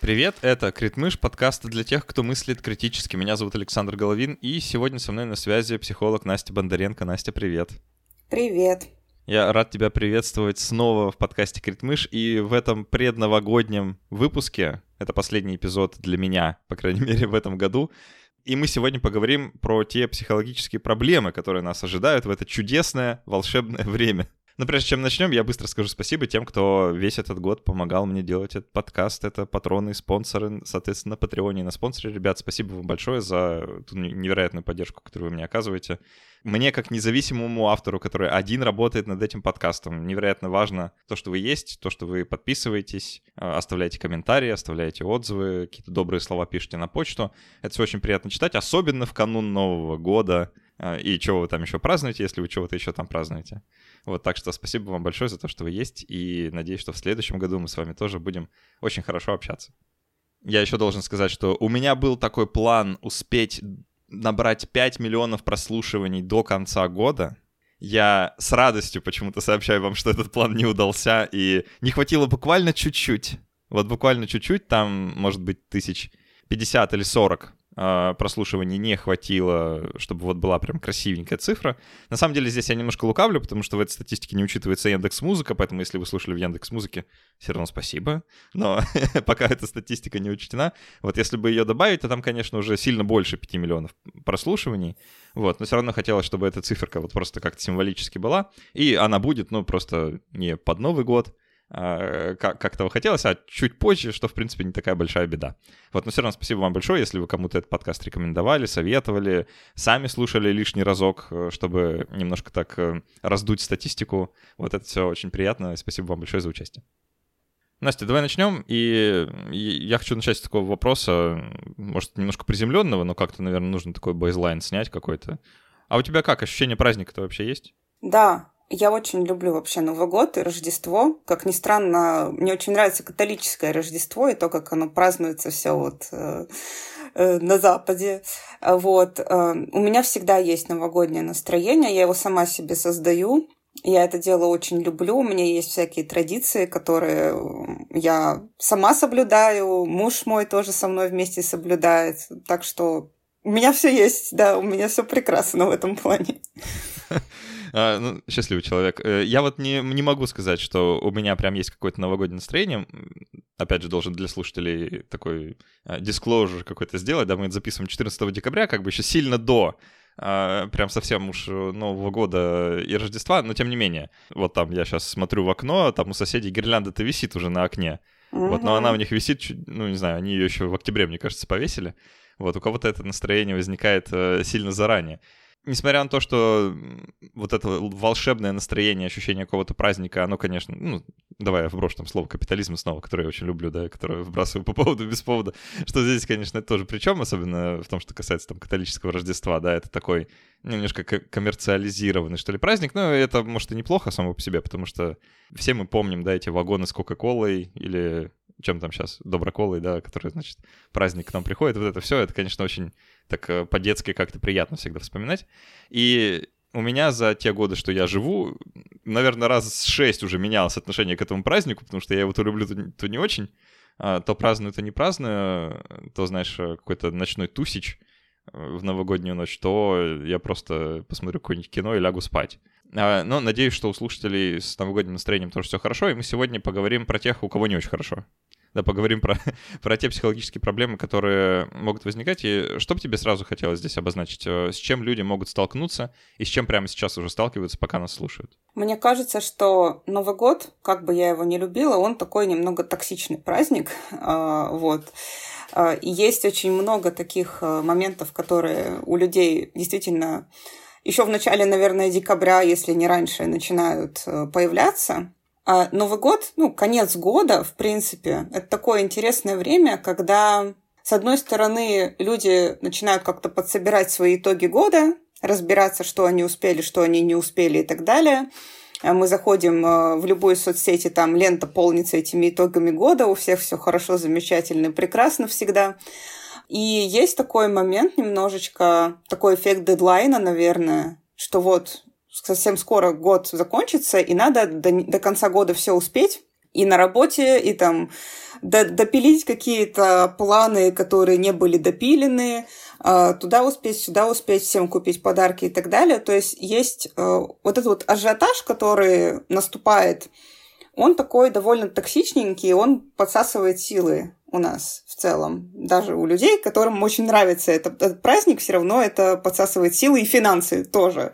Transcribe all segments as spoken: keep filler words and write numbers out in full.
Привет, это Критмыш, подкаст для тех, кто мыслит критически. Меня зовут Александр Головин, и сегодня со мной на связи психолог Настя Бондаренко. Настя, привет. Привет. Я рад тебя приветствовать снова в подкасте Критмыш, и в этом предновогоднем выпуске, это последний эпизод для меня, по крайней мере, в этом году, и мы сегодня поговорим про те психологические проблемы, которые нас ожидают в это чудесное, волшебное время. Но прежде чем начнем, я быстро скажу спасибо тем, кто весь этот год помогал мне делать этот подкаст. Это патроны, спонсоры, соответственно, на Патреоне и на спонсоре. Ребят, спасибо вам большое за ту невероятную поддержку, которую вы мне оказываете. Мне, как независимому автору, который один работает над этим подкастом, невероятно важно то, что вы есть, то, что вы подписываетесь, оставляете комментарии, оставляете отзывы, какие-то добрые слова пишите на почту. Это все очень приятно читать, особенно в канун Нового года. И чего вы там еще празднуете, если вы чего-то еще там празднуете. Вот, так что спасибо вам большое за то, что вы есть, и надеюсь, что в следующем году мы с вами тоже будем очень хорошо общаться. Я еще должен сказать, что у меня был такой план успеть набрать пять миллионов прослушиваний до конца года. Я с радостью почему-то сообщаю вам, что этот план не удался, и не хватило буквально чуть-чуть. Вот буквально чуть-чуть, там, может быть, тысяч пятьдесят или сорок прослушиваний не хватило, чтобы вот была прям красивенькая цифра. На самом деле здесь я немножко лукавлю, потому что в этой статистике не учитывается Яндекс.Музыка, поэтому если вы слушали в Яндекс.Музыке, все равно спасибо, но пока эта статистика не учтена. Вот если бы ее добавить, то там, конечно, уже сильно больше пяти миллионов прослушиваний, вот, но все равно хотелось, чтобы эта циферка вот просто как-то символически была, и она будет, ну, просто не под Новый год, как, как того хотелось, а чуть позже, что, в принципе, не такая большая беда. Вот, но все равно спасибо вам большое, если вы кому-то этот подкаст рекомендовали, советовали, сами слушали лишний разок, чтобы немножко так раздуть статистику. Вот это все очень приятно, спасибо вам большое за участие. Настя, давай начнем, и я хочу начать с такого вопроса, может, немножко приземленного, но как-то, наверное, нужно такой бейзлайн снять какой-то. А у тебя как, ощущение праздника-то вообще есть? Да. Я очень люблю вообще Новый год и Рождество. Как ни странно, мне очень нравится католическое Рождество и то, как оно празднуется все вот э, э, на Западе. Вот. Э, у меня всегда есть новогоднее настроение, я его сама себе создаю. Я это дело очень люблю. У меня есть всякие традиции, которые я сама соблюдаю. Муж мой тоже со мной вместе соблюдает. Так что у меня все есть, да, у меня все прекрасно в этом плане. А, ну, счастливый человек. Я вот не, не могу сказать, что у меня прям есть какое-то новогоднее настроение. Опять же, должен для слушателей такой disclosure какой-то сделать. Да, мы это записываем четырнадцатого декабря, как бы еще сильно до прям совсем уж Нового года и Рождества, но тем не менее. Вот там я сейчас смотрю в окно, там у соседей гирлянда-то висит уже на окне. Uh-huh. Вот, но она у них висит, ну, не знаю, они ее еще в октябре, мне кажется, повесили. Вот, у кого-то это настроение возникает сильно заранее. Несмотря на то, что вот это волшебное настроение, ощущение какого-то праздника, оно, конечно, ну, давай я вброшу там слово капитализм снова, которое я очень люблю, да, которое вбрасываю по поводу без повода, что здесь, конечно, это тоже причем, особенно в том, что касается там католического Рождества, да, это такой ну, немножко коммерциализированный, что ли, праздник, но это, может, и неплохо само по себе, потому что все мы помним, да, эти вагоны с Кока-Колой или чем там сейчас, Доброколой, да, который, значит, праздник к нам приходит, вот это все, это, конечно, очень так по-детски как-то приятно всегда вспоминать. И у меня за те годы, что я живу, наверное, раз с шесть уже менялось отношение к этому празднику, потому что я его то люблю, то, то не очень. То праздную, то не праздную, то, знаешь, какой-то ночной тусич в новогоднюю ночь, то я просто посмотрю какое-нибудь кино и лягу спать. Но надеюсь, что у слушателей с новогодним настроением тоже все хорошо, и мы сегодня поговорим про тех, у кого не очень хорошо. Да, поговорим про, про те психологические проблемы, которые могут возникать. И что бы тебе сразу хотелось здесь обозначить? С чем люди могут столкнуться и с чем прямо сейчас уже сталкиваются, пока нас слушают? Мне кажется, что Новый год, как бы я его ни любила, он такой немного токсичный праздник. Вот. И есть очень много таких моментов, которые у людей действительно еще в начале, наверное, декабря, если не раньше, начинают появляться. А Новый год, ну, конец года, в принципе, это такое интересное время, когда, с одной стороны, люди начинают как-то подсобирать свои итоги года, разбираться, что они успели, что они не успели и так далее. Мы заходим в любую соцсети, там лента полнится этими итогами года, у всех все хорошо, замечательно, прекрасно всегда. И есть такой момент немножечко, такой эффект дедлайна, наверное, что вот совсем скоро год закончится, и надо до, до конца года все успеть. и на работе, и там допилить какие-то планы, которые не были допилены, туда успеть, сюда успеть, всем купить подарки и так далее. То есть есть вот этот вот ажиотаж, который наступает, он такой довольно токсичненький, он подсасывает силы у нас в целом. Даже у людей, которым очень нравится этот, этот праздник, все равно это подсасывает силы и финансы тоже.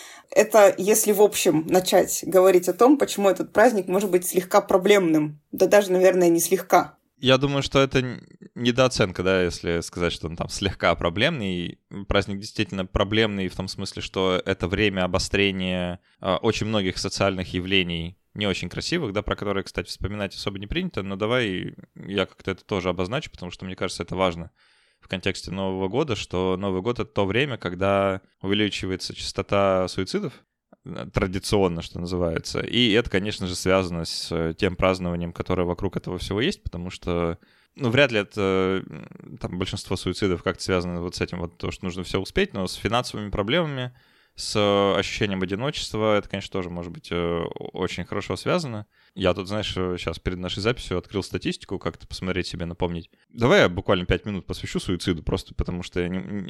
Это если в общем начать говорить о том, почему этот праздник может быть слегка проблемным. Да даже, наверное, не слегка. Я думаю, что это недооценка, да, если сказать, что он там слегка проблемный. Праздник действительно проблемный в том смысле, что это время обострения э, очень многих социальных явлений, не очень красивых, да, про которые, кстати, вспоминать особо не принято, но давай я как-то это тоже обозначу, потому что, мне кажется, это важно в контексте Нового года, что Новый год — это то время, когда увеличивается частота суицидов, традиционно, что называется. И это, конечно же, связано с тем празднованием, которое вокруг этого всего есть, потому что, ну, вряд ли это, там, большинство суицидов как-то связано вот с этим, вот то, что нужно все успеть, но с финансовыми проблемами, с ощущением одиночества, это, конечно, тоже может быть очень хорошо связано. Я тут, знаешь, сейчас перед нашей записью открыл статистику, как-то посмотреть себе, напомнить. Давай я буквально пять минут посвящу суициду, просто потому что, я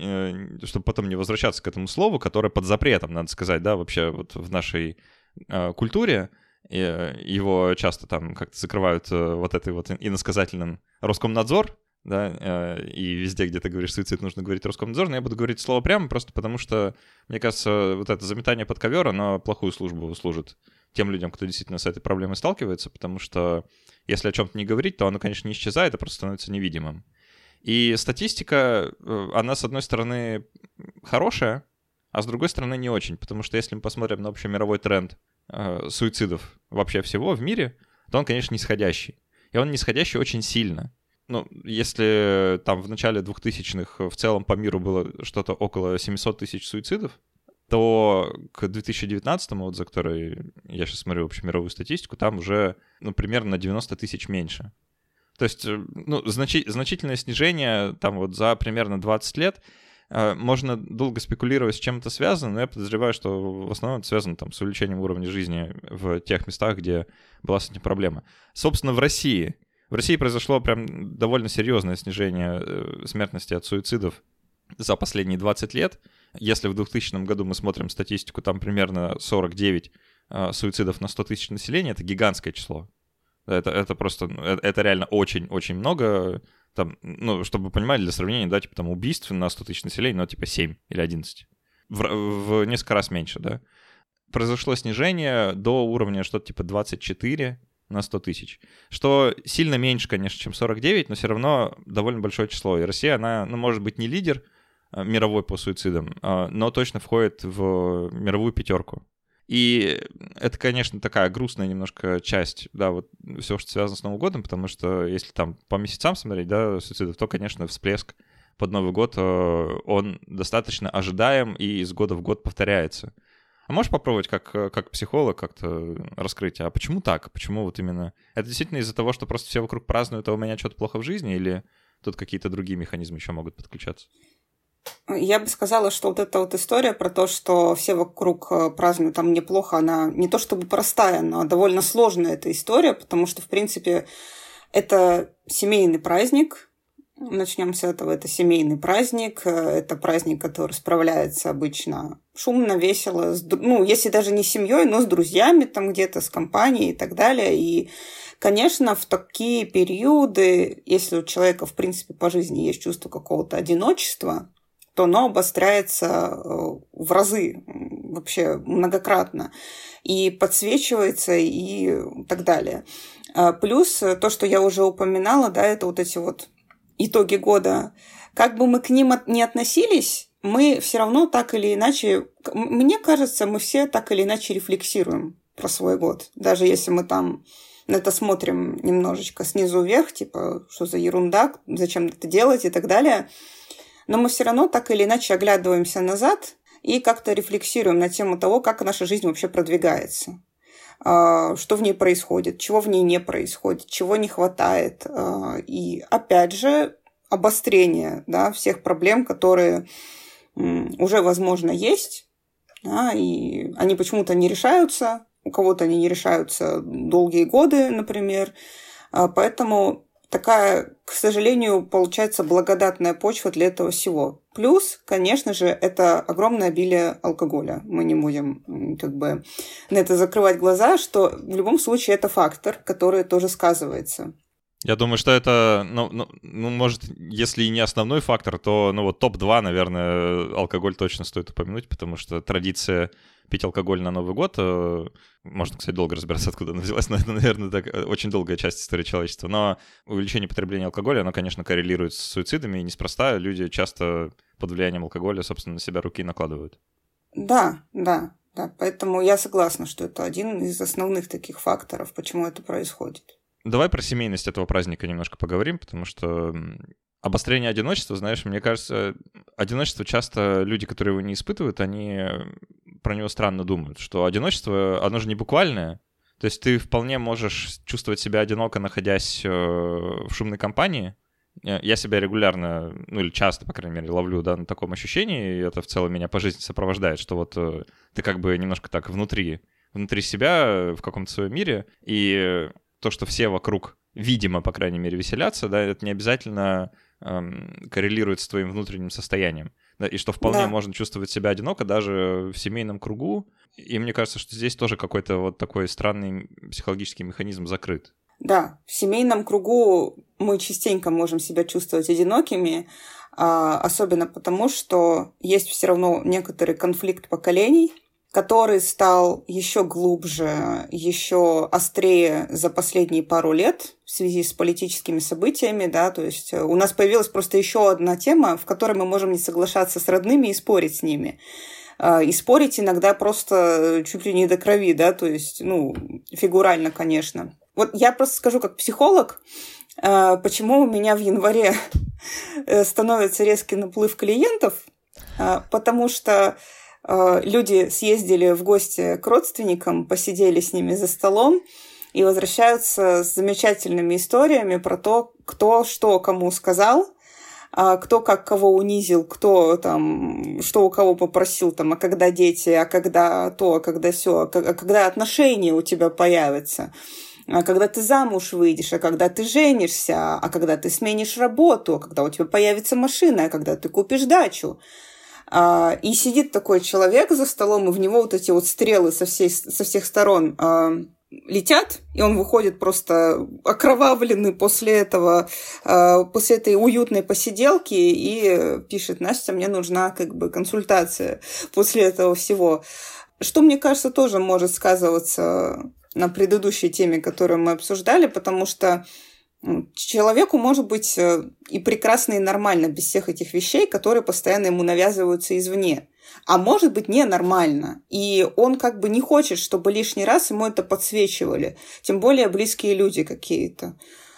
не, чтобы потом не возвращаться к этому слову, которое под запретом, надо сказать, да, вообще вот в нашей э, культуре. И его часто там как-то закрывают э, вот этой вот иносказательным Роскомнадзор, да, и везде, где ты говоришь суицид, нужно говорить Роскомнадзор, но я буду говорить слово прямо, просто потому что, мне кажется, вот это заметание под ковер, оно плохую службу служит тем людям, кто действительно с этой проблемой сталкивается, потому что если о чем-то не говорить, то оно, конечно, не исчезает, а просто становится невидимым. И статистика, она, с одной стороны, хорошая, а с другой стороны, не очень, потому что если мы посмотрим на общемировой тренд э, суицидов вообще всего в мире, то он, конечно, нисходящий. И он нисходящий очень сильно. Ну, если там в начале двухтысячных в целом по миру было что-то около семьсот тысяч суицидов, то к две тысячи девятнадцатому, вот за который я сейчас смотрю общемировую статистику, там уже, ну, примерно на девяносто тысяч меньше. То есть, ну, значи- значительное снижение там вот за примерно двадцать лет. Можно долго спекулировать, с чем это связано, но я подозреваю, что в основном это связано там с увеличением уровня жизни в тех местах, где была с этим проблема. Собственно, в России. В России произошло прям довольно серьезное снижение смертности от суицидов за последние двадцать лет. Если в двухтысячном году мы смотрим статистику, там примерно сорок девять э, суицидов на сто тысяч населения, это гигантское число. Это, это просто, это, это реально очень-очень много. Там, ну, чтобы вы понимали, для сравнения, да, типа там убийств на сто тысяч населения, ну, типа семь или одиннадцать. В, в несколько раз меньше, да. Произошло снижение до уровня что-то типа двадцать четыре на сто тысяч, что сильно меньше, конечно, чем сорок девять, но все равно довольно большое число. И Россия, она, ну, может быть, не лидер мировой по суицидам, но точно входит в мировую пятерку. И это, конечно, такая грустная немножко часть, да, вот все, что связано с Новым годом, потому что если там по месяцам смотреть, да, суицидов, то, конечно, всплеск под Новый год, он достаточно ожидаем и из года в год повторяется. А можешь попробовать как, как психолог как-то раскрыть, а почему так? Почему вот именно? Это действительно из-за того, что просто все вокруг празднуют, а у меня что-то плохо в жизни, или тут какие-то другие механизмы еще могут подключаться? Я бы сказала, что вот эта вот история про то, что все вокруг празднуют, там неплохо, она не то чтобы простая, но довольно сложная эта история, потому что, в принципе, это семейный праздник. Начнем с этого. Это семейный праздник. Это праздник, который справляется обычно шумно, весело. С, ну, если даже не с семьей, но с друзьями там где-то, с компанией и так далее. И, конечно, в такие периоды, если у человека, в принципе, по жизни есть чувство какого-то одиночества, то оно обостряется в разы, вообще многократно, и подсвечивается, и так далее. Плюс то, что я уже упоминала, да, это вот эти вот итоги года. Как бы мы к ним не относились, мы все равно так или иначе, мне кажется, мы все так или иначе рефлексируем про свой год. Даже если мы там на это смотрим немножечко снизу вверх, типа, что за ерунда, зачем это делать и так далее. Но мы все равно так или иначе оглядываемся назад и как-то рефлексируем на тему того, как наша жизнь вообще продвигается, что в ней происходит, чего в ней не происходит, чего не хватает. И опять же, обострение, да, всех проблем, которые уже, возможно, есть, да, и они почему-то не решаются, у кого-то они не решаются долгие годы, например. Поэтому такая, к сожалению, получается благодатная почва для этого всего. Плюс, конечно же, это огромное обилие алкоголя. Мы не будем как бы на это закрывать глаза, что в любом случае это фактор, который тоже сказывается. Я думаю, что это, ну, ну, ну, может, если и не основной фактор, то, ну, вот топ-два, наверное, алкоголь точно стоит упомянуть, потому что традиция пить алкоголь на Новый год, можно, кстати, долго разбираться, откуда она взялась, но это, наверное, так, очень долгая часть истории человечества. Но увеличение потребления алкоголя, оно, конечно, коррелирует с суицидами, и неспроста люди часто под влиянием алкоголя, собственно, на себя руки накладывают. Да, да, да, поэтому я согласна, что это один из основных таких факторов, почему это происходит. Давай про семейность этого праздника немножко поговорим, потому что обострение одиночества, знаешь, мне кажется, одиночество часто люди, которые его не испытывают, они про него странно думают, что одиночество, оно же не буквальное. То есть ты вполне можешь чувствовать себя одиноко, находясь в шумной компании. Я себя регулярно, ну или часто, по крайней мере, ловлю, да, на таком ощущении, и это в целом меня по жизни сопровождает, что вот ты как бы немножко так внутри, внутри себя, в каком-то своем мире, и то, что все вокруг, видимо, по крайней мере, веселятся, да, это не обязательно эм, коррелирует с твоим внутренним состоянием. Да, и что вполне да. можно чувствовать себя одиноко даже в семейном кругу. И мне кажется, что здесь тоже какой-то вот такой странный психологический механизм закрыт. Да, в семейном кругу мы частенько можем себя чувствовать одинокими, особенно потому, что есть все равно некоторый конфликт поколений, который стал еще глубже, еще острее за последние пару лет в связи с политическими событиями, да, то есть у нас появилась просто еще одна тема, в которой мы можем не соглашаться с родными и спорить с ними. И спорить иногда просто чуть ли не до крови, да, то есть, ну, фигурально, конечно. Вот я просто скажу как психолог, почему у меня в январе становится резкий наплыв клиентов, потому что люди съездили в гости к родственникам, посидели с ними за столом и возвращаются с замечательными историями про то, кто что кому сказал, кто как кого унизил, кто там, что у кого попросил, там, а когда дети, а когда то, а когда сё, а когда отношения у тебя появятся, а когда ты замуж выйдешь, а когда ты женишься, а когда ты сменишь работу, а когда у тебя появится машина, а когда ты купишь дачу. И сидит такой человек за столом, и в него вот эти вот стрелы со, всей, со всех сторон э, летят, и он выходит просто окровавленный после этого, э, после этой уютной посиделки и пишет: Настя, мне нужна как бы консультация после этого всего. Что, мне кажется, тоже может сказываться на предыдущей теме, которую мы обсуждали, потому что человеку может быть и прекрасно, и нормально без всех этих вещей, которые постоянно ему навязываются извне. А может быть ненормально. И он как бы не хочет, чтобы лишний раз ему это подсвечивали. Тем более близкие люди какие-то.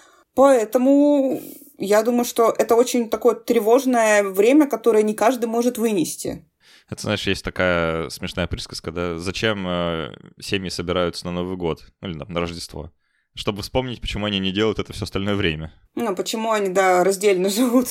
Поэтому я думаю, что это очень такое тревожное время, которое не каждый может вынести. Это, знаешь, есть такая смешная присказка, да? Зачем э, семьи собираются на Новый год? Ну, или там, на Рождество? Чтобы вспомнить, почему они не делают это все остальное время. Ну, почему они, да, раздельно живут.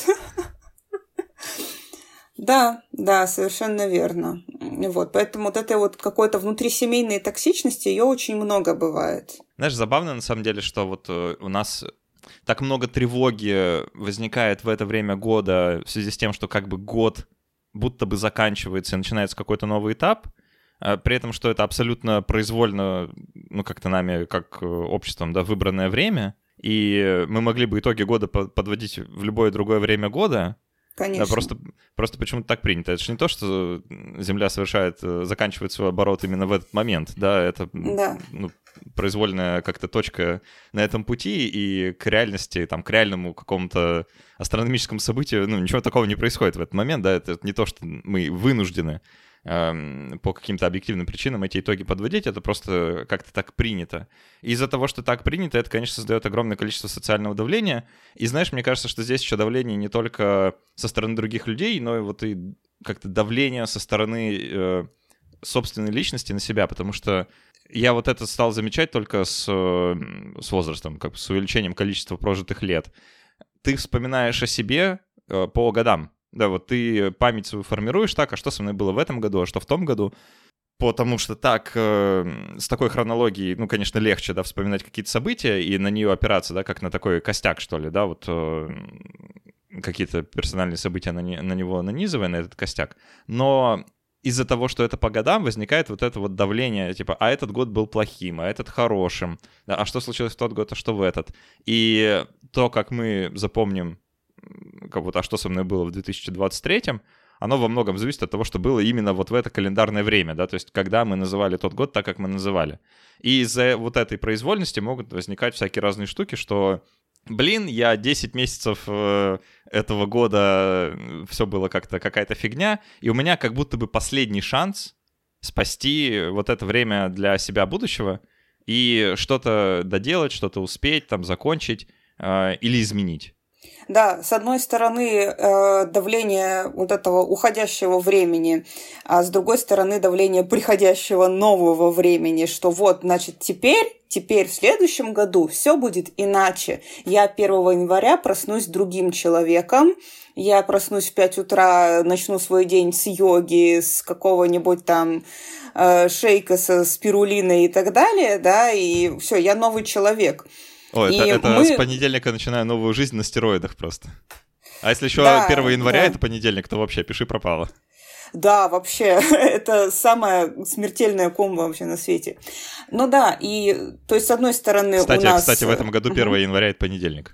Да, да, совершенно верно. Вот, поэтому вот этой вот какой-то внутрисемейной токсичности, ее очень много бывает. Знаешь, забавно на самом деле, что вот у нас так много тревоги возникает в это время года в связи с тем, что как бы год будто бы заканчивается и начинается какой-то новый этап, при этом, что это абсолютно произвольно, ну, как-то нами, как обществом, да, выбранное время, и мы могли бы итоги года подводить в любое другое время года. Конечно. Да, просто, просто почему-то так принято. Это же не то, что Земля совершает, заканчивает свой оборот именно в этот момент, да, это да. Ну, произвольная как-то точка на этом пути, и к реальности, там, к реальному какому-то астрономическому событию, ну, ничего такого не происходит в этот момент, да, это не то, что мы вынуждены по каким-то объективным причинам эти итоги подводить, это просто как-то так принято. И из-за того, что так принято, это, конечно, создает огромное количество социального давления. И знаешь, мне кажется, что здесь еще давление не только со стороны других людей, но и вот и как-то давление со стороны э, собственной личности на себя, потому что я вот это стал замечать только с, с возрастом, как бы с увеличением количества прожитых лет. Ты вспоминаешь о себе э, по годам. Да, вот ты память свою формируешь так, а что со мной было в этом году, а что в том году. потому что так, э, с такой хронологией, ну, конечно, легче, да, вспоминать какие-то события и на нее опираться, да, как на такой костяк, что ли, да, вот э, какие-то персональные события на, не, на него нанизывая, на этот костяк. Но из-за того, что это по годам, возникает вот это вот давление, типа, а этот год был плохим, а этот хорошим, да, а что случилось в тот год, а что в этот. И то, как мы запомним, как вот, а что со мной было в две тысячи двадцать третьем, оно во многом зависит от того, что было именно вот в это календарное время, да, то есть когда мы называли тот год так, как мы называли. И из-за вот этой произвольности могут возникать всякие разные штуки, что, блин, я десять месяцев э, этого года, все было как-то какая-то фигня, и у меня как будто бы последний шанс спасти вот это время для себя будущего и что-то доделать, что-то успеть, там, закончить э, или изменить. Да, с одной стороны, э, давление вот этого уходящего времени, а с другой стороны, давление приходящего нового времени, что вот, значит, теперь, теперь в следующем году все будет иначе. Я первого января проснусь другим человеком, я проснусь в пять утра, начну свой день с йоги, с какого-нибудь там э, шейка со спирулиной и так далее, да, и все, я новый человек. О, это, это мы... с понедельника начинаю новую жизнь на стероидах просто. А если еще да, первого января да. это понедельник, то вообще пиши пропало. Да, вообще, это самая смертельная комбо вообще на свете. Ну да, и то есть с одной стороны кстати, у нас... Кстати, в этом году первого января это понедельник.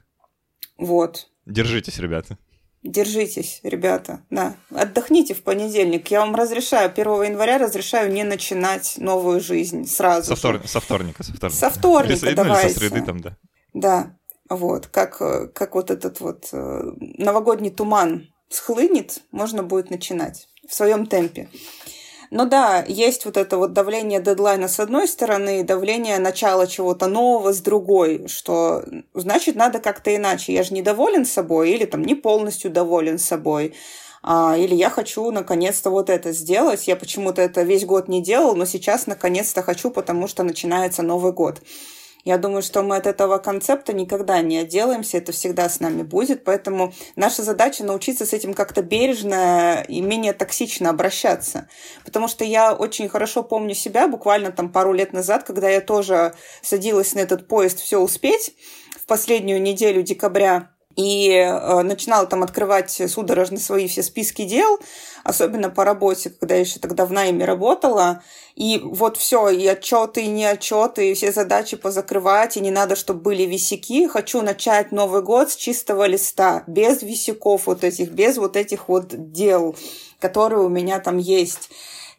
Вот. Держитесь, ребята. Держитесь, ребята, да. Отдохните в понедельник. Я вам разрешаю, первого января разрешаю не начинать новую жизнь сразу со, втор... же. со вторника, со вторника. Со вторника, или, давайте. Ну, или со среды там, да. Да, вот, как, как вот этот вот новогодний туман схлынет, можно будет начинать в своем темпе. Но да, есть вот это вот давление дедлайна с одной стороны и давление начала чего-то нового с другой, что значит надо как-то иначе. Я же недоволен собой или там не полностью доволен собой, а, или я хочу наконец-то вот это сделать. Я почему-то это весь год не делал, но сейчас наконец-то хочу, потому что начинается Новый год. Я думаю, что мы от этого концепта никогда не отделаемся, это всегда с нами будет, поэтому наша задача научиться с этим как-то бережно и менее токсично обращаться. Потому что я очень хорошо помню себя буквально там пару лет назад, когда я тоже садилась на этот поезд «Все успеть» в последнюю неделю декабря, и э, начинала там открывать судорожно свои все списки дел, особенно по работе, когда я еще тогда в найме работала. И вот все, и отчеты, и не отчеты, и все задачи позакрывать, и не надо, чтобы были висяки. Хочу начать Новый год с чистого листа, без висяков вот этих, без вот этих вот дел, которые у меня там есть.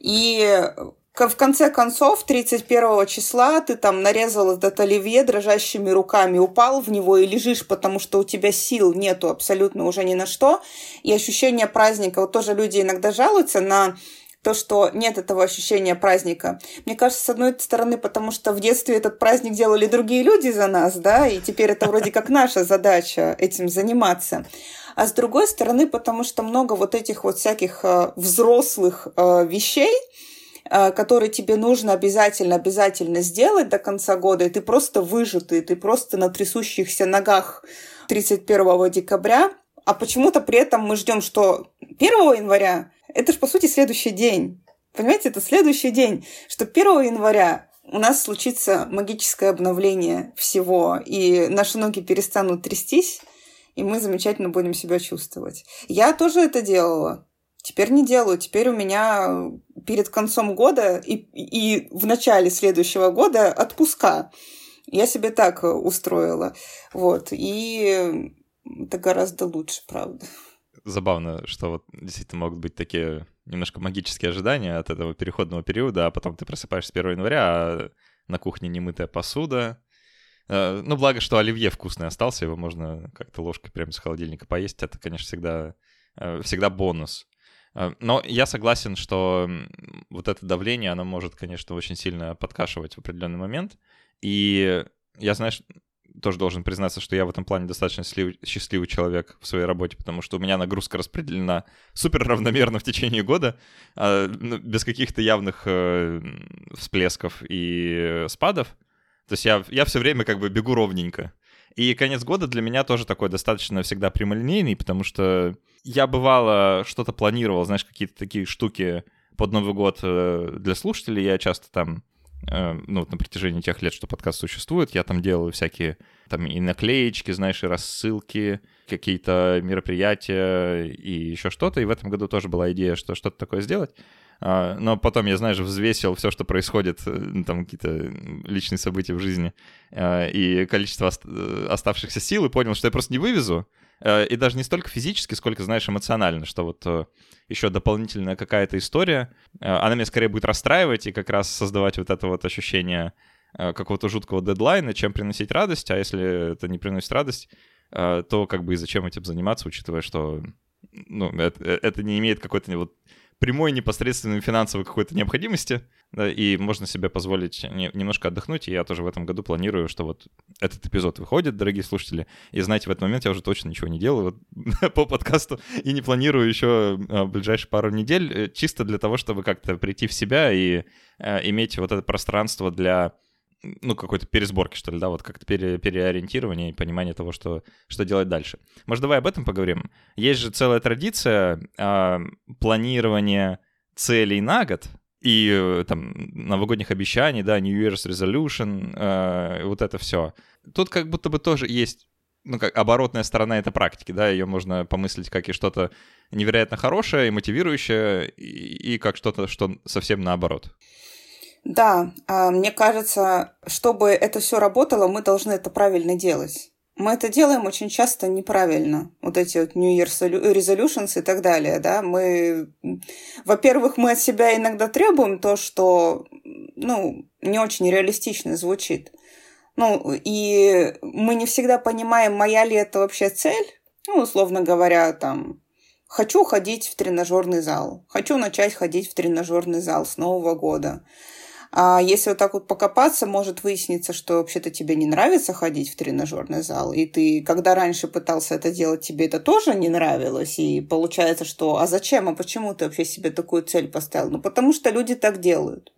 И в конце концов, тридцать первого числа ты там нарезал этот оливье дрожащими руками, упал в него и лежишь, потому что у тебя сил нету абсолютно уже ни на что. И ощущение праздника, вот тоже люди иногда жалуются на то, что нет этого ощущения праздника. Мне кажется, с одной стороны, потому что в детстве этот праздник делали другие люди за нас, да, и теперь это вроде как наша задача этим заниматься. А с другой стороны, потому что много вот этих вот всяких взрослых вещей, которые тебе нужно обязательно-обязательно сделать до конца года, и ты просто выжатый, ты просто на трясущихся ногах тридцать первого декабря, а почему-то при этом мы ждем, что первого января это же, по сути, следующий день. Понимаете, это следующий день, что первого января у нас случится магическое обновление всего, и наши ноги перестанут трястись, и мы замечательно будем себя чувствовать. Я тоже это делала. Теперь не делаю. Теперь у меня перед концом года и, и в начале следующего года отпуска. Я себе так устроила. Вот. И это гораздо лучше, правда. Забавно, что вот действительно могут быть такие немножко магические ожидания от этого переходного периода, а потом ты просыпаешься с первого января, а на кухне немытая посуда. Ну, благо, что оливье вкусный остался, его можно как-то ложкой прямо с холодильника поесть. Это, конечно, всегда, всегда бонус. Но я согласен, что вот это давление, оно может, конечно, очень сильно подкашивать в определенный момент. И я, знаешь, тоже должен признаться, что я в этом плане достаточно счастливый человек в своей работе, потому что у меня нагрузка распределена супер равномерно в течение года, без каких-то явных всплесков и спадов. То есть я, я все время как бы бегу ровненько. И конец года для меня тоже такой достаточно всегда прямолинейный, потому что я бывало что-то планировал, знаешь, какие-то такие штуки под Новый год для слушателей я часто там, ну, на протяжении тех лет, что подкаст существует, я там делаю всякие там и наклеечки, знаешь, и рассылки, какие-то мероприятия и еще что-то. И в этом году тоже была идея, что что-то такое сделать. Но потом я, знаешь, взвесил все, что происходит, там какие-то личные события в жизни, и количество оставшихся сил, и понял, что я просто не вывезу. И даже не столько физически, сколько, знаешь, эмоционально, что вот еще дополнительная какая-то история, она меня скорее будет расстраивать и как раз создавать вот это вот ощущение какого-то жуткого дедлайна, чем приносить радость. А если это не приносит радость, то как бы и зачем этим заниматься, учитывая, что ну, это, это не имеет какой-то вот прямой непосредственной финансовой какой-то необходимости, да, и можно себе позволить не, немножко отдохнуть, и я тоже в этом году планирую, что вот этот эпизод выходит, дорогие слушатели, и знаете, в этот момент я уже точно ничего не делаю вот, по подкасту и не планирую еще а, в ближайшие пару недель, чисто для того, чтобы как-то прийти в себя и а, иметь вот это пространство для ну, какой-то пересборки, что ли, да, вот как-то пере, переориентирование и понимание того, что, что делать дальше. Может, давай об этом поговорим? Есть же целая традиция э, планирования целей на год и там новогодних обещаний, да, New Year's Resolution, э, вот это все. Тут как будто бы тоже есть, ну, как оборотная сторона этой практики, да, ее можно помыслить как и что-то невероятно хорошее и мотивирующее, и, и как что-то, что совсем наоборот. Да, мне кажется, чтобы это все работало, мы должны это правильно делать. Мы это делаем очень часто неправильно. Вот эти вот New Year's Resolutions и так далее, да. Мы, во-первых, мы от себя иногда требуем то, что, ну, не очень реалистично звучит. Ну, и мы не всегда понимаем, моя ли это вообще цель. Ну, условно говоря, там, хочу ходить в тренажерный зал, хочу начать ходить в тренажерный зал с Нового года. А если вот так вот покопаться, может выясниться, что вообще-то тебе не нравится ходить в тренажерный зал, и ты, когда раньше пытался это делать, тебе это тоже не нравилось, и получается, что а зачем, а почему ты вообще себе такую цель поставил? Ну, потому что люди так делают.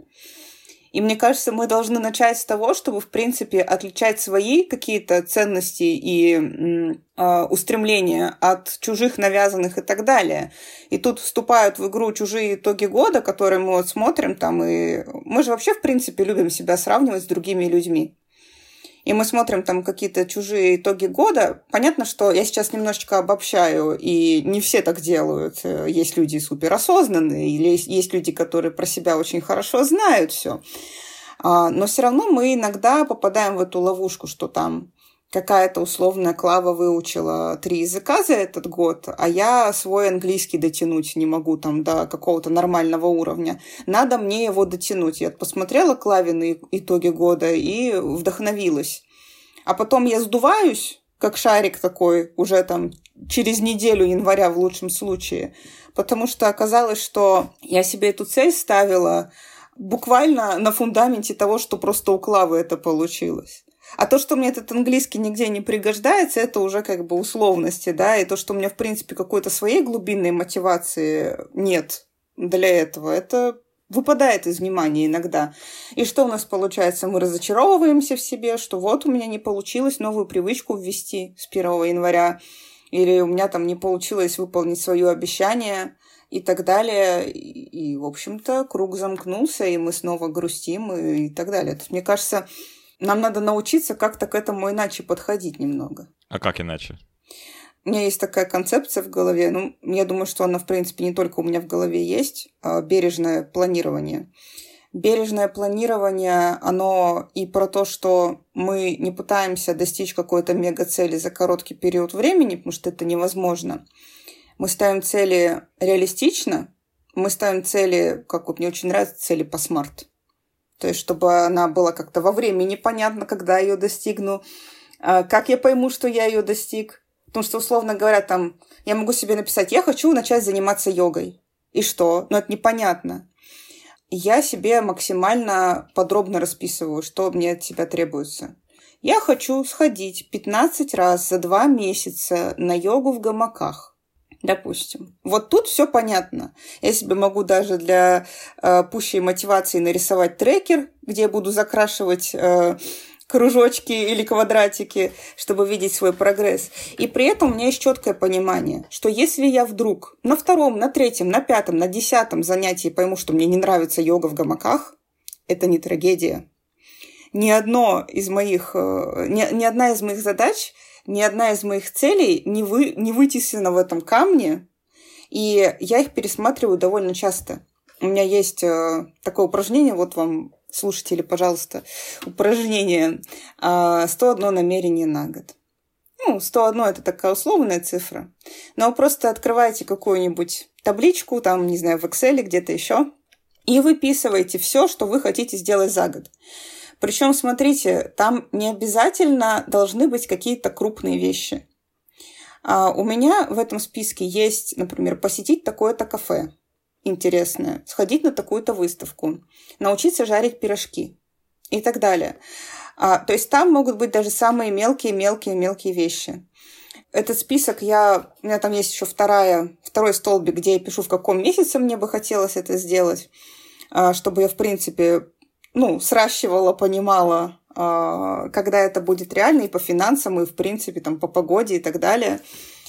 И мне кажется, мы должны начать с того, чтобы, в принципе, отличать свои какие-то ценности и э, устремления от чужих, навязанных и так далее. И тут вступают в игру чужие итоги года, которые мы вот смотрим там, и мы же вообще, в принципе, любим себя сравнивать с другими людьми. И мы смотрим там какие-то чужие итоги года. Понятно, что я сейчас немножечко обобщаю, и не все так делают. Есть люди суперосознанные, или есть люди, которые про себя очень хорошо знают все. Но все равно мы иногда попадаем в эту ловушку, что там какая-то условная Клава выучила три языка за этот год, а я свой английский дотянуть не могу там до какого-то нормального уровня. Надо мне его дотянуть. Я посмотрела Клавины итоги года и вдохновилась. А потом я сдуваюсь, как шарик такой, уже там через неделю января в лучшем случае, потому что оказалось, что я себе эту цель ставила буквально на фундаменте того, что просто у Клавы это получилось. А то, что мне этот английский нигде не пригождается, это уже как бы условности, да, и то, что у меня, в принципе, какой-то своей глубинной мотивации нет для этого, это выпадает из внимания иногда. И что у нас получается? Мы разочаровываемся в себе, что вот у меня не получилось новую привычку ввести с первого января, или у меня там не получилось выполнить свое обещание и так далее. И, и в общем-то, круг замкнулся, и мы снова грустим и, и так далее. То есть, мне кажется, нам надо научиться как-то к этому иначе подходить немного. А как иначе? У меня есть такая концепция в голове. Ну, я думаю, что она, в принципе, не только у меня в голове есть. А бережное планирование. Бережное планирование, оно и про то, что мы не пытаемся достичь какой-то мега-цели за короткий период времени, потому что это невозможно. Мы ставим цели реалистично. Мы ставим цели, как вот мне очень нравятся цели по смарт. То есть, чтобы она была как-то во времени понятно, когда я ее достигну, как я пойму, что я ее достиг. Потому что, условно говоря, там, я могу себе написать, я хочу начать заниматься йогой. И что? Ну, это непонятно. Я себе максимально подробно расписываю, что мне от себя требуется. Я хочу сходить пятнадцать раз за два месяца на йогу в гамаках. Допустим. Вот тут все понятно. Я себе могу даже для э, пущей мотивации нарисовать трекер, где я буду закрашивать э, кружочки или квадратики, чтобы видеть свой прогресс. И при этом у меня есть четкое понимание, что если я вдруг на втором, на третьем, на пятом, на десятом занятии пойму, что мне не нравится йога в гамаках, это не трагедия. Ни одно из моих, ни, ни одна из моих задач, ни одна из моих целей не, вы, не вытеснена в этом камне, и я их пересматриваю довольно часто. У меня есть такое упражнение, вот вам, слушатели, пожалуйста, упражнение сто одно намерение на год. Ну, сто одно это такая условная цифра, но вы просто открываете какую-нибудь табличку, там, не знаю, в Excel, где-то еще, и выписываете все, что вы хотите сделать за год. Причем, смотрите, там не обязательно должны быть какие-то крупные вещи. А у меня в этом списке есть, например, посетить такое-то кафе интересное, сходить на такую-то выставку, научиться жарить пирожки и так далее. А, то есть там могут быть даже самые мелкие-мелкие-мелкие вещи. Этот список я... У меня там есть еще вторая, второй столбик, где я пишу, в каком месяце мне бы хотелось это сделать, чтобы я, в принципе, ну, сращивала, понимала, когда это будет реально и по финансам, и, в принципе, там, по погоде и так далее.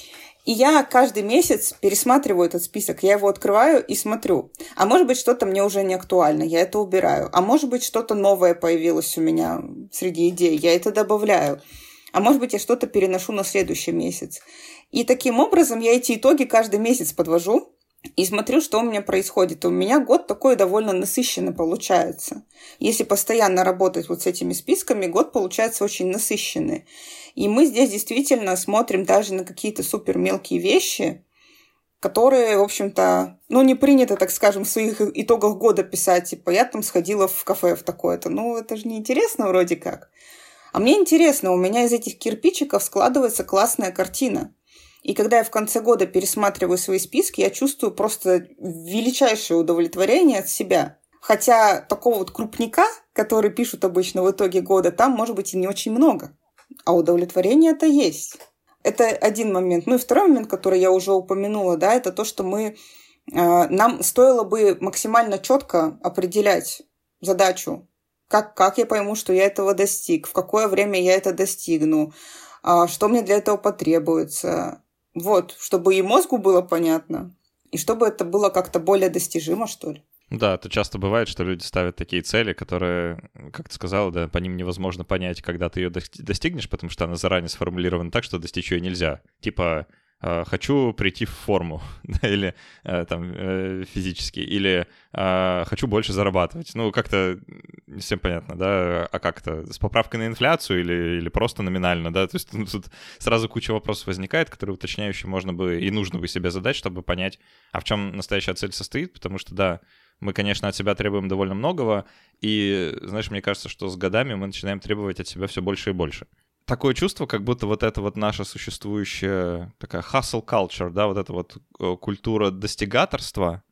И я каждый месяц пересматриваю этот список, я его открываю и смотрю. А может быть, что-то мне уже не актуально, я это убираю. А может быть, что-то новое появилось у меня среди идей, я это добавляю. А может быть, я что-то переношу на следующий месяц. И таким образом я эти итоги каждый месяц подвожу и смотрю, что у меня происходит. У меня год такой довольно насыщенный получается. Если постоянно работать вот с этими списками, год получается очень насыщенный. И мы здесь действительно смотрим даже на какие-то супер мелкие вещи, которые, в общем-то, ну, не принято, так скажем, в своих итогах года писать, типа, я там сходила в кафе в такое-то. Ну, это же неинтересно вроде как. А мне интересно, у меня из этих кирпичиков складывается классная картина. И когда я в конце года пересматриваю свои списки, я чувствую просто величайшее удовлетворение от себя. Хотя такого вот крупника, который пишут обычно в итоге года, там, может быть, и не очень много. А удовлетворение это есть. Это один момент. Ну и второй момент, который я уже упомянула, да, это то, что мы, э, нам стоило бы максимально четко определять задачу. Как, как я пойму, что я этого достиг, в какое время я это достигну, э, что мне для этого потребуется. Вот, чтобы и мозгу было понятно, и чтобы это было как-то более достижимо, что ли. Да, это часто бывает, что люди ставят такие цели, которые, как ты сказала, да, по ним невозможно понять, когда ты ее достигнешь, потому что она заранее сформулирована так, что достичь ее нельзя. Типа, э, хочу прийти в форму, или э, там э, физически, или э, хочу больше зарабатывать. Ну, как-то не всем понятно, да, а как-то с поправкой на инфляцию или, или просто номинально, да, то есть ну, тут сразу куча вопросов возникает, которые уточняющие можно бы и нужно бы себе задать, чтобы понять, а в чем настоящая цель состоит, потому что, да, мы, конечно, от себя требуем довольно многого, и, знаешь, мне кажется, что с годами мы начинаем требовать от себя все больше и больше. Такое чувство, как будто вот это вот наша существующая такая hustle culture, да, вот эта вот культура достигаторства,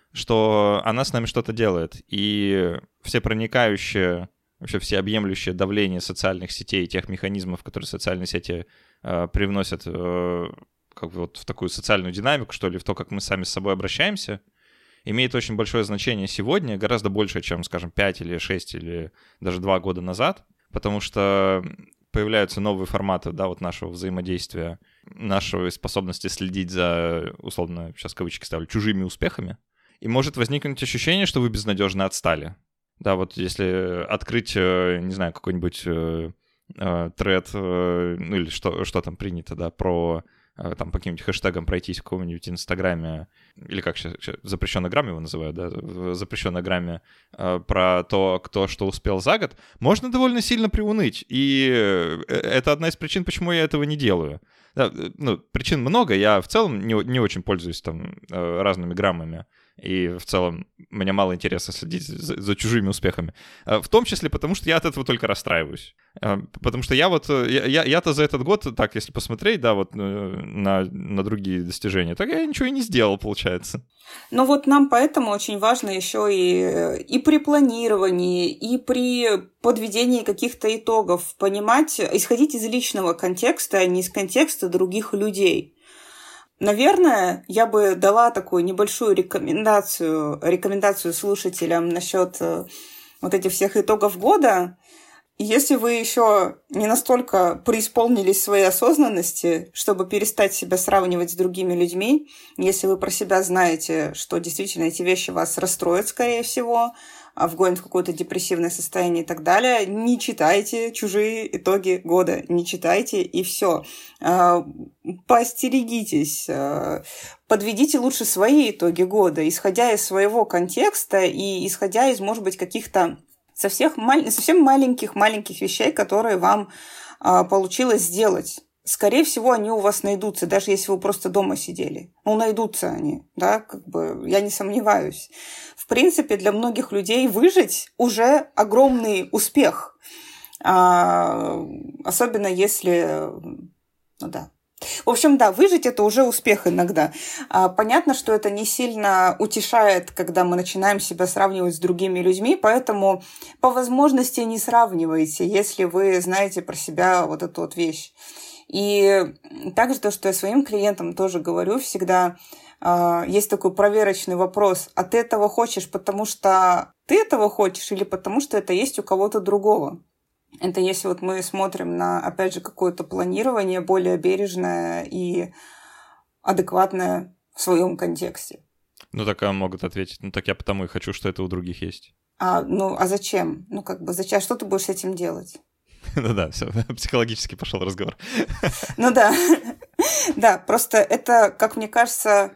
что она с нами что-то делает. И все проникающие, вообще всеобъемлющее давление социальных сетей, тех механизмов, которые социальные сети э, привносят э, как бы вот в такую социальную динамику, что ли, в то, как мы сами с собой обращаемся, имеет очень большое значение сегодня, гораздо больше, чем, скажем, пять или шесть или даже два года назад, потому что появляются новые форматы, да, вот нашего взаимодействия, нашей способности следить за, условно, сейчас кавычки ставлю, чужими успехами, и может возникнуть ощущение, что вы безнадежно отстали. Да, вот если открыть, не знаю, какой-нибудь э, э, тред, э, ну или что, что там принято, да, про... там по каким-нибудь хэштегам пройтись в каком-нибудь Инстаграме, или как сейчас, запрещенной грамме его называют, да, в запрещенной грамме, про то, кто что успел за год, можно довольно сильно приуныть. И это одна из причин, почему я этого не делаю. Да, ну, причин много, я в целом не, не очень пользуюсь там разными граммами. И в целом мне мало интереса следить за, за чужими успехами. В том числе потому, что я от этого только расстраиваюсь. Потому что я вот, я, я, я-то за этот год, так, если посмотреть, да, вот на, на другие достижения, так я ничего и не сделал, получается. Ну вот нам поэтому очень важно еще и, и при планировании, и при подведении каких-то итогов понимать, исходить из личного контекста, а не из контекста других людей. Наверное, я бы дала такую небольшую рекомендацию, рекомендацию слушателям насчет вот этих всех итогов года. Если вы еще не настолько преисполнились своей осознанности, чтобы перестать себя сравнивать с другими людьми, если вы про себя знаете, что действительно эти вещи вас расстроят, скорее всего, вгонят в какое-то депрессивное состояние и так далее, не читайте чужие итоги года, не читайте и все. Поостерегитесь, подведите лучше свои итоги года, исходя из своего контекста и исходя из, может быть, каких-то совсем, совсем маленьких-маленьких вещей, которые вам а, получилось сделать. Скорее всего, они у вас найдутся, даже если вы просто дома сидели. Ну, найдутся они, да, как бы, я не сомневаюсь. В принципе, для многих людей выжить уже огромный успех. А, особенно если... Ну да. В общем, да, выжить – это уже успех иногда. Понятно, что это не сильно утешает, когда мы начинаем себя сравнивать с другими людьми, поэтому по возможности не сравнивайте, если вы знаете про себя вот эту вот вещь. И также то, что я своим клиентам тоже говорю всегда, есть такой проверочный вопрос: а ты этого хочешь, потому что ты этого хочешь или потому что это есть у кого-то другого? Это если вот мы смотрим на, опять же, какое-то планирование более бережное и адекватное в своем контексте. Ну, так а могут ответить: ну, так я потому и хочу, что это у других есть. А, ну, а зачем? Ну, как бы, зачем? Что ты будешь с этим делать? Ну да, все, психологически пошел разговор. Ну да, да, просто это, как мне кажется,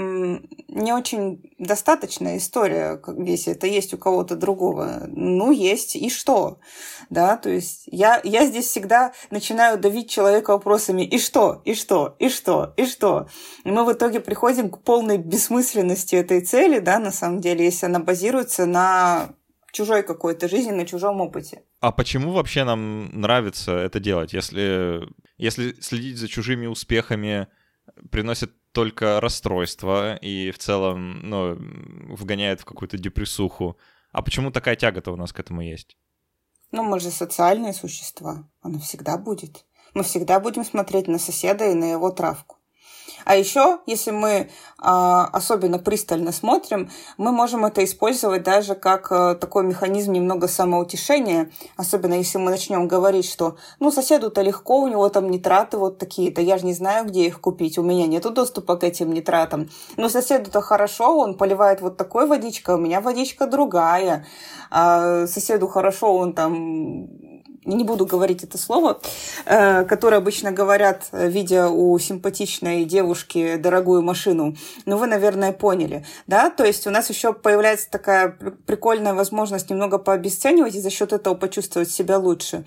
не очень достаточная история, если это есть у кого-то другого. Ну, есть, и что? Да, то есть я, я здесь всегда начинаю давить человека вопросами: и что, и что, и что, и что? И мы в итоге приходим к полной бессмысленности этой цели, да, на самом деле, если она базируется на чужой какой-то жизни, на чужом опыте. А почему вообще нам нравится это делать, если, если следить за чужими успехами приносит только расстройство и в целом, ну, вгоняет в какую-то депрессуху? А почему такая тяга-то у нас к этому есть? Ну, мы же социальные существа. Оно всегда будет. Мы всегда будем смотреть на соседа и на его травку. А еще, если мы а, особенно пристально смотрим, мы можем это использовать даже как а, такой механизм немного самоутешения, особенно если мы начнем говорить, что ну соседу-то легко, у него там нитраты вот такие-то, я же не знаю, где их купить, у меня нет доступа к этим нитратам. Но соседу-то хорошо, он поливает вот такой водичкой, у меня водичка другая. А соседу хорошо, он там... не буду говорить это слово, которое обычно говорят, видя у симпатичной девушки дорогую машину. Но вы, наверное, поняли, да? То есть у нас еще появляется такая прикольная возможность немного пообесценивать и за счет этого почувствовать себя лучше.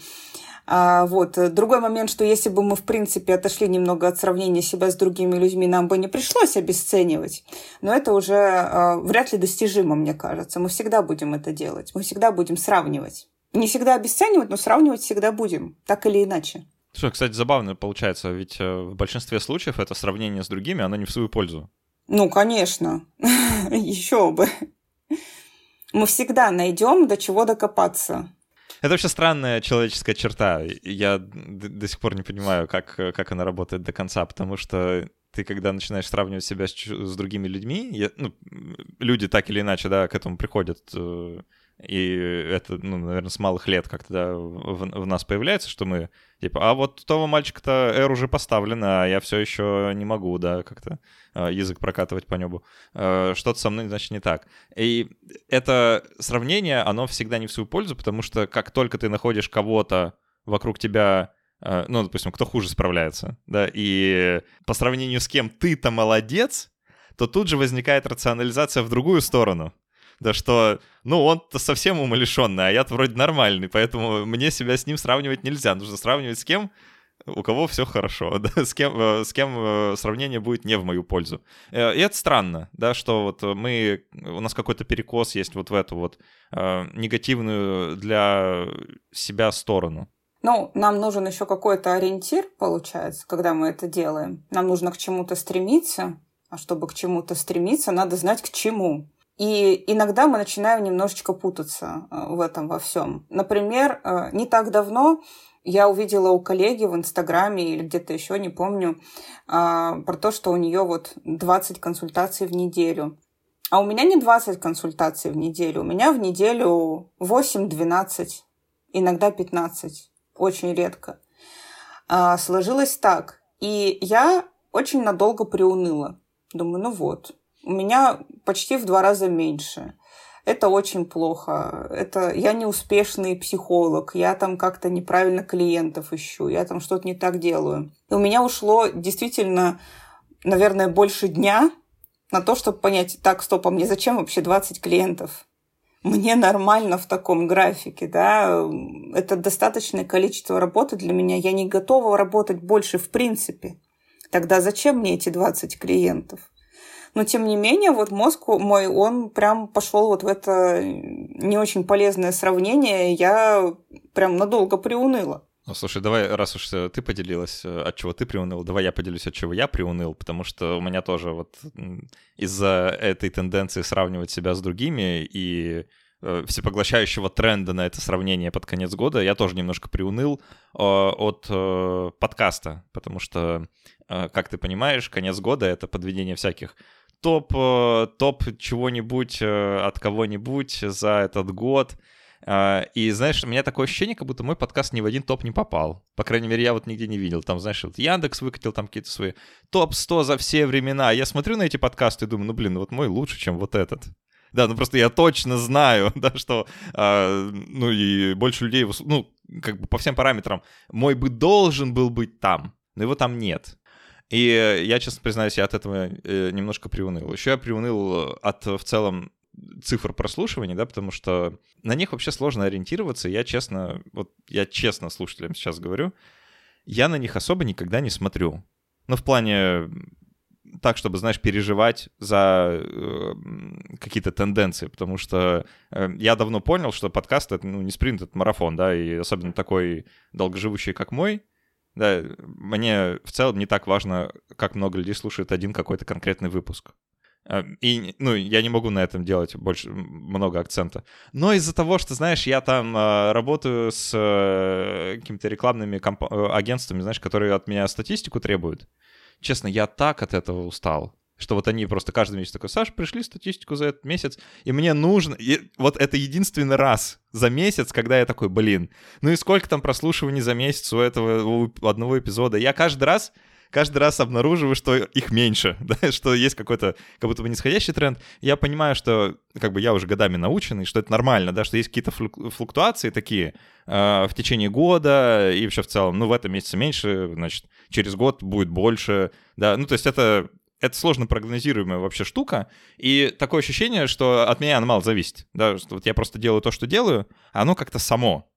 А вот. Другой момент, что если бы мы, в принципе, отошли немного от сравнения себя с другими людьми, нам бы не пришлось обесценивать. Но это уже а, вряд ли достижимо, мне кажется. Мы всегда будем это делать. Мы всегда будем сравнивать. Не всегда обесценивать, но сравнивать всегда будем, так или иначе. Слушай, кстати, забавно получается, ведь в большинстве случаев это сравнение с другими, оно не в свою пользу. Ну, конечно. Еще бы. Мы всегда найдем, до чего докопаться. Это вообще странная человеческая черта. Я до сих пор не понимаю, как, как она работает до конца, потому что ты, когда начинаешь сравнивать себя с, с другими людьми, я, ну, люди так или иначе, да, к этому приходят. И это, ну, наверное, с малых лет как-то да, в, в нас появляется, что мы, типа, а вот у того мальчика-то R уже поставлено, а я все еще не могу, да, как-то язык прокатывать по небу. Что-то со мной, значит, не так. И это сравнение, оно всегда не в свою пользу, потому что как только ты находишь кого-то вокруг тебя, ну, допустим, кто хуже справляется, да, и по сравнению с кем ты-то молодец, то тут же возникает рационализация в другую сторону. Да что, ну, он-то совсем умалишенный, а я-то вроде нормальный, поэтому мне себя с ним сравнивать нельзя. Нужно сравнивать с кем, у кого все хорошо, да, с кем, с кем сравнение будет не в мою пользу. И это странно, да, что вот мы, у нас какой-то перекос есть вот в эту вот э, негативную для себя сторону. Ну, нам нужен еще какой-то ориентир, получается, когда мы это делаем. Нам нужно к чему-то стремиться, а чтобы к чему-то стремиться, надо знать к чему. И иногда мы начинаем немножечко путаться в этом во всем. Например, не так давно я увидела у коллеги в Инстаграме или где-то еще, не помню, про то, что у нее вот двадцать консультаций в неделю. А у меня не двадцать консультаций в неделю, у меня в неделю восемь-двенадцать. иногда пятнадцать, очень редко. А, сложилось так. И я очень надолго приуныла. Думаю, ну вот, у меня почти в два раза меньше. Это очень плохо. Это я неуспешный психолог. Я там как-то неправильно клиентов ищу. Я там что-то не так делаю. И у меня ушло действительно, наверное, больше дня на то, чтобы понять, так, стоп, а мне зачем вообще двадцать клиентов? Мне нормально в таком графике, да. Это достаточное количество работы для меня. Я не готова работать больше в принципе. Тогда зачем мне эти двадцать клиентов? Но, тем не менее, вот мозг мой, он прям пошел вот в это не очень полезное сравнение, я прям надолго приуныла. Ну, слушай, давай, раз уж ты поделилась, от чего ты приуныл, давай я поделюсь, от чего я приуныл, потому что у меня тоже вот из-за этой тенденции сравнивать себя с другими и всепоглощающего тренда на это сравнение под конец года, я тоже немножко приуныл э, от э, подкаста, потому что, э, как ты понимаешь, конец года — это подведение всяких топ, э, топ чего-нибудь э, от кого-нибудь за этот год. Э, и, знаешь, у меня такое ощущение, как будто мой подкаст ни в один топ не попал. По крайней мере, я вот нигде не видел. Там, знаешь, вот Яндекс выкатил там какие-то свои топ сто за все времена. Я смотрю на эти подкасты и думаю, ну, блин, ну вот мой лучше, чем вот этот. Да, ну просто я точно знаю, да, что, э, ну и больше людей, ну, как бы по всем параметрам, мой бы должен был быть там, но его там нет. И я, честно признаюсь, я от этого э, немножко приуныл. Еще я приуныл от, в целом, цифр прослушиваний, да, потому что на них вообще сложно ориентироваться. Я честно, вот я честно слушателям сейчас говорю, я на них особо никогда не смотрю. Ну, в плане... так, чтобы, знаешь, переживать за э, какие-то тенденции, потому что э, я давно понял, что подкаст — это, ну, не спринт, это марафон, да, и особенно такой долгоживущий, как мой, да, мне в целом не так важно, как много людей слушает один какой-то конкретный выпуск. И, ну, я не могу на этом делать больше, много акцента. Но из-за того, что, знаешь, я там э, работаю с э, какими-то рекламными комп- агентствами, знаешь, которые от меня статистику требуют, честно, я так от этого устал, что вот они просто каждый месяц такой: Саш, пришли статистику за этот месяц, и мне нужно... И вот это единственный раз за месяц, когда я такой, блин, ну и сколько там прослушиваний за месяц у этого у одного эпизода? Я каждый раз... каждый раз обнаруживаю, что их меньше, да, что есть какой-то как будто бы нисходящий тренд. Я понимаю, что как бы я уже годами наученный, что это нормально, да, что есть какие-то флуктуации такие э, в течение года и вообще в целом, ну, в этом месяце меньше, значит, через год будет больше, да, ну, то есть это, это сложно прогнозируемая вообще штука, и такое ощущение, что от меня оно мало зависит, да, что вот я просто делаю то, что делаю, а оно как-то само.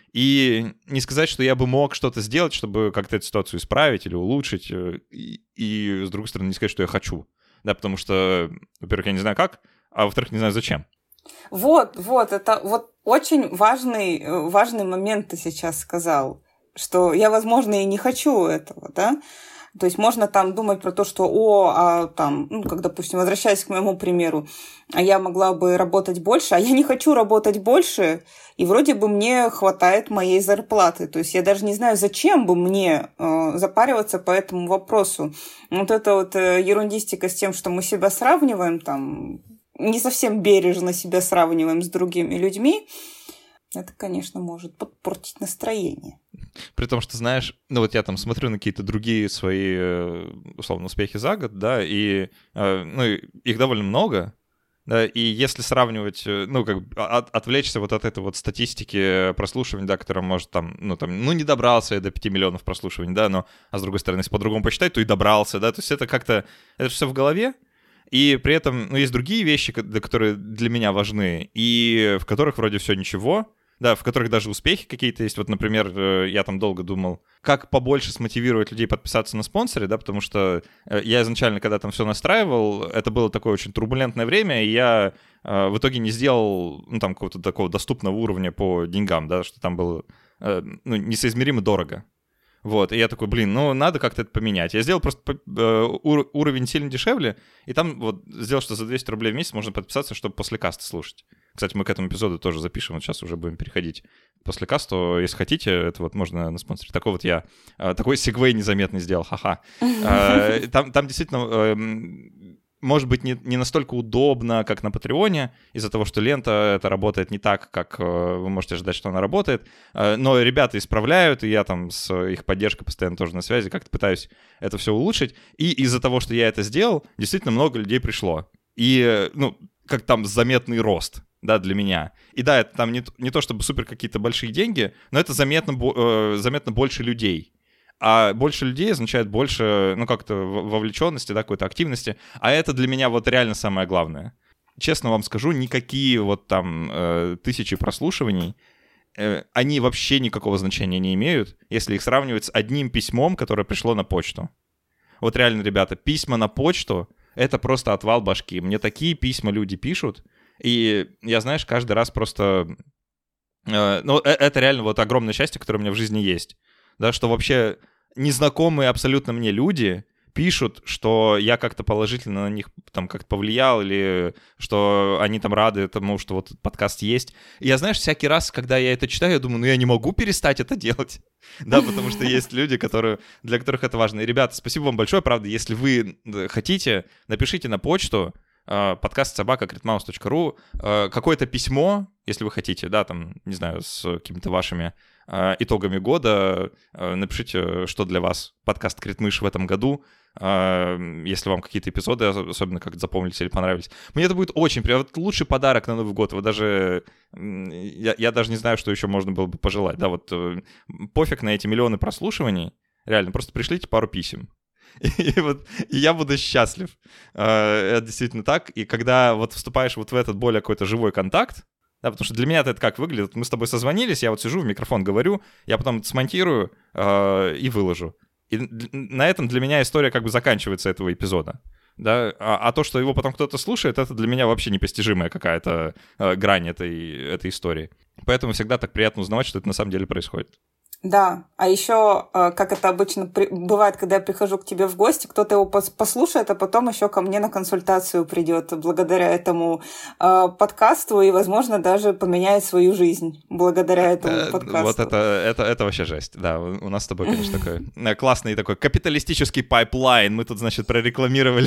И не сказать, что я бы мог что-то сделать, чтобы как-то эту ситуацию исправить или улучшить. И, и с другой стороны, не сказать, что я хочу. Да, потому что, во-первых, я не знаю как, а во-вторых, не знаю зачем. Вот, вот, это вот очень важный, важный момент ты сейчас сказал, что я, возможно, и не хочу этого, да. То есть можно там думать про то, что, о, а там, ну, как, допустим, возвращаясь к моему примеру, а я могла бы работать больше, а я не хочу работать больше, и вроде бы мне хватает моей зарплаты. То есть я даже не знаю, зачем бы мне э, запариваться по этому вопросу. Вот эта вот э, ерундистика с тем, что мы себя сравниваем, там, не совсем бережно себя сравниваем с другими людьми, это, конечно, может подпортить настроение. При том, что, знаешь, ну вот я там смотрю на какие-то другие свои, условно, успехи за год, да, и, ну, их довольно много, да, и если сравнивать, ну, как бы от, отвлечься вот от этой вот статистики прослушиваний, да, которая может там, ну, там, ну, не добрался я до пяти миллионов прослушиваний, да, но, а с другой стороны, если по-другому посчитать, то и добрался, да, то есть это как-то, это все в голове, и при этом, ну, есть другие вещи, которые для меня важны, и в которых вроде все ничего, да, в которых даже успехи какие-то есть. Вот, например, я там долго думал, как побольше смотивировать людей подписаться на спонсоре, да, потому что я изначально, когда там все настраивал, это было такое очень турбулентное время, и я э, в итоге не сделал, ну, там, какого-то такого доступного уровня по деньгам, да, что там было, э, ну, несоизмеримо дорого. Вот, и я такой, блин, ну, надо как-то это поменять. Я сделал просто э, ур- уровень сильно дешевле, и там вот сделал, что за двести рублей в месяц можно подписаться, чтобы после каста слушать. Кстати, мы к этому эпизоду тоже запишем, вот сейчас уже будем переходить после каста, если хотите, это вот можно на спонсоре. Такой вот я, такой сегвей незаметный сделал, ха-ха. Там, там действительно может быть, не, не настолько удобно, как на Патреоне, из-за того, что лента это работает не так, как э, вы можете ожидать, что она работает. Э, но ребята исправляют, и я там с их поддержкой постоянно тоже на связи, как-то пытаюсь это все улучшить. И из-за того, что я это сделал, действительно много людей пришло. И, ну, как там заметный рост, да, для меня. И да, это там не, не то чтобы супер какие-то большие деньги, но это заметно, э, заметно больше людей. А больше людей означает больше, ну, как-то вовлеченности, да, какой-то активности. А это для меня вот реально самое главное. Честно вам скажу, никакие вот там э, тысячи прослушиваний, э, они вообще никакого значения не имеют, если их сравнивать с одним письмом, которое пришло на почту. Вот реально, ребята, письма на почту — это просто отвал башки. Мне такие письма люди пишут, и я, знаешь, каждый раз просто... Э, ну, это реально вот огромное счастье, которое у меня в жизни есть. Да, что вообще... незнакомые абсолютно мне люди пишут, что я как-то положительно на них там как-то повлиял, или что они там рады тому, что вот подкаст есть. И я, знаешь, всякий раз, когда я это читаю, я думаю, ну я не могу перестать это делать. Да, потому что есть люди, которые, для которых это важно. И, ребята, спасибо вам большое, правда, если вы хотите, напишите на почту подкаст собака критмаус точка ру какое-то письмо, если вы хотите, да, там, не знаю, с какими-то вашими итогами года. Напишите, что для вас подкаст Критмыш в этом году, если вам какие-то эпизоды особенно как-то запомнились или понравились. Мне это будет очень приятно. Вот лучший подарок на Новый год. Вы даже... Я, я даже не знаю, что еще можно было бы пожелать. Да, вот пофиг на эти миллионы прослушиваний. Реально, просто пришлите пару писем. И, вот, и я буду счастлив. Это действительно так. И когда вот вступаешь вот в этот более какой-то живой контакт, да, потому что для меня это как выглядит. Мы с тобой созвонились, я вот сижу, в микрофон говорю, я потом смонтирую э, и выложу. И на этом для меня история как бы заканчивается этого эпизода. Да? А, а то, что его потом кто-то слушает, это для меня вообще непостижимая какая-то э, грань этой, этой истории. Поэтому всегда так приятно узнавать, что это на самом деле происходит. Да, а еще, как это обычно бывает, когда я прихожу к тебе в гости, кто-то его послушает, а потом еще ко мне на консультацию придет благодаря этому подкасту и, возможно, даже поменяет свою жизнь благодаря этому подкасту. Вот это, это, это вообще жесть. Да, у нас с тобой, конечно, такой классный такой капиталистический пайплайн. Мы тут, значит, прорекламировали,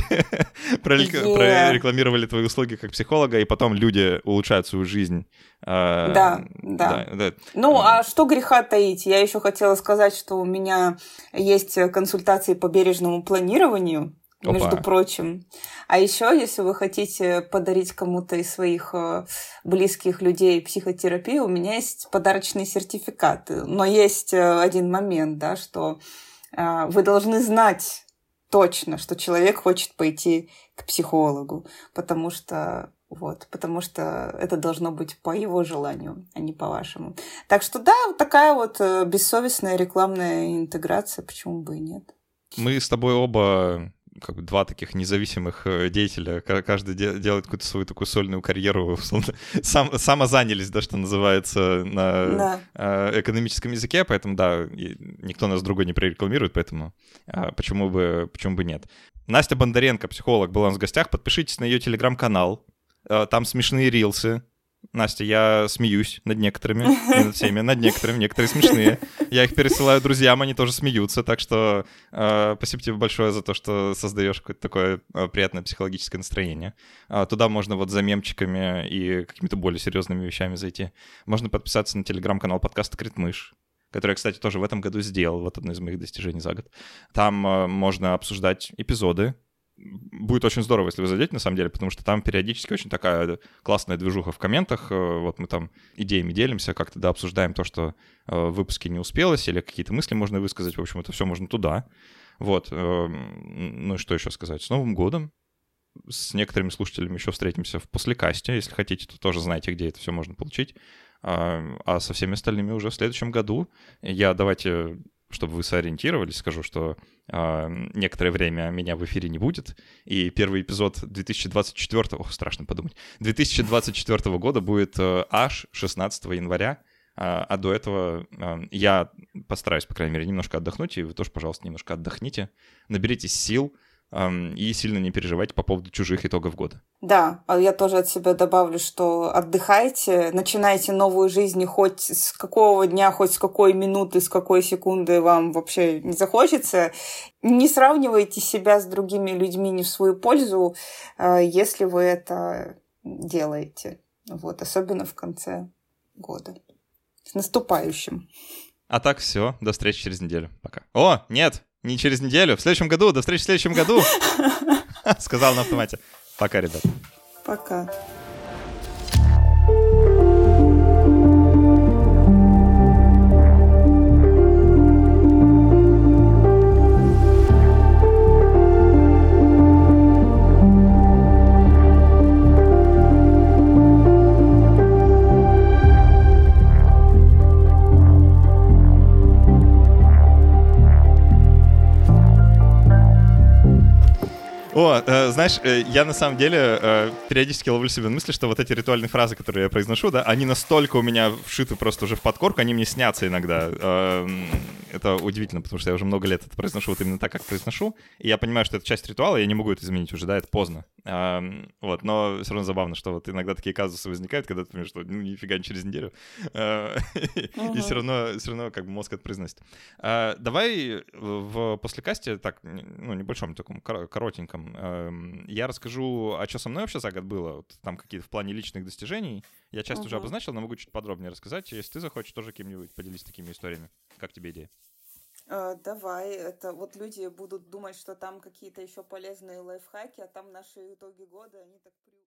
прорекламировали твои услуги как психолога, и потом люди улучшают свою жизнь. Да, да, да. Ну, а что греха таить? Я еще хотела сказать, что у меня есть консультации по бережному планированию, Опа. между прочим. А еще, если вы хотите подарить кому-то из своих близких людей психотерапию, у меня есть подарочные сертификаты. Но есть один момент, да, что вы должны знать точно, что человек хочет пойти к психологу, потому что Вот, потому что это должно быть по его желанию, а не по вашему. Так что да, вот такая вот бессовестная рекламная интеграция, почему бы и нет. Мы с тобой оба как бы два таких независимых деятеля, каждый де- делает какую-то свою такую сольную карьеру, условно, сам, самозанялись, да, что называется, на да. э, экономическом языке, поэтому, да, никто нас другой не прорекламирует, поэтому э, почему бы, почему бы нет. Настя Бондаренко, психолог, была у нас в гостях, подпишитесь на ее телеграм-канал. Там смешные рилсы. Настя, я смеюсь над некоторыми, не над всеми, над некоторыми, некоторые смешные. Я их пересылаю друзьям, они тоже смеются, так что э, спасибо тебе большое за то, что создаешь какое-то такое э, приятное психологическое настроение. Э, туда можно вот за мемчиками и какими-то более серьезными вещами зайти. Можно подписаться на телеграм-канал подкаста Критмыш, который я, кстати, тоже в этом году сделал, вот одно из моих достижений за год. Там э, можно обсуждать эпизоды. Будет очень здорово, если вы зайдете, на самом деле, потому что там периодически очень такая классная движуха в комментах. Вот мы там идеями делимся, как-то да, обсуждаем то, что в выпуске не успелось, или какие-то мысли можно высказать. В общем, это все можно туда. Вот. Ну и что еще сказать? С Новым годом! С некоторыми слушателями еще встретимся в послекасте. Если хотите, то тоже знаете, где это все можно получить. А со всеми остальными уже в следующем году. Я давайте... Чтобы вы сориентировались, скажу, что э, некоторое время меня в эфире не будет, и первый эпизод две тысячи двадцать четвёртого, ох, страшно подумать, две тысячи двадцать четвёртого года будет э, аж шестнадцатого января, э, а до этого э, я постараюсь, по крайней мере, немножко отдохнуть, и вы тоже, пожалуйста, немножко отдохните, наберитесь сил, и сильно не переживайте по поводу чужих итогов года. Да, а я тоже от себя добавлю, что отдыхайте, начинайте новую жизнь хоть с какого дня, хоть с какой минуты, с какой секунды вам вообще не захочется. Не сравнивайте себя с другими людьми не в свою пользу, если вы это делаете. Вот, особенно в конце года. С наступающим. А так все, до встречи через неделю. Пока. О, нет, не через неделю, в следующем году, до встречи в следующем году. Сказал на автомате. Пока, ребят. Пока. О, э, знаешь, э, я на самом деле э, периодически ловлю себя на мысли, что вот эти ритуальные фразы, которые я произношу, да, они настолько у меня вшиты просто уже в подкорку, они мне снятся иногда. Э, это удивительно, потому что я уже много лет это произношу вот именно так, как произношу, и я понимаю, что это часть ритуала, я не могу это изменить уже, да, это поздно. Э, вот, но все равно забавно, что вот иногда такие казусы возникают, когда ты понимаешь, что ну нифига не через неделю, э, и все равно, все равно как бы мозг это произносит. Э, давай в послекасте, так, ну, небольшом таком коротеньком, я расскажу, а что со мной вообще за год было. Вот там какие-то в плане личных достижений. Я часто uh-huh. уже обозначил, но могу чуть подробнее рассказать. Если ты захочешь, тоже кем-нибудь поделись такими историями. Как тебе идея? Uh, давай. Это вот люди будут думать, что там какие-то еще полезные лайфхаки, а там наши итоги года, они так...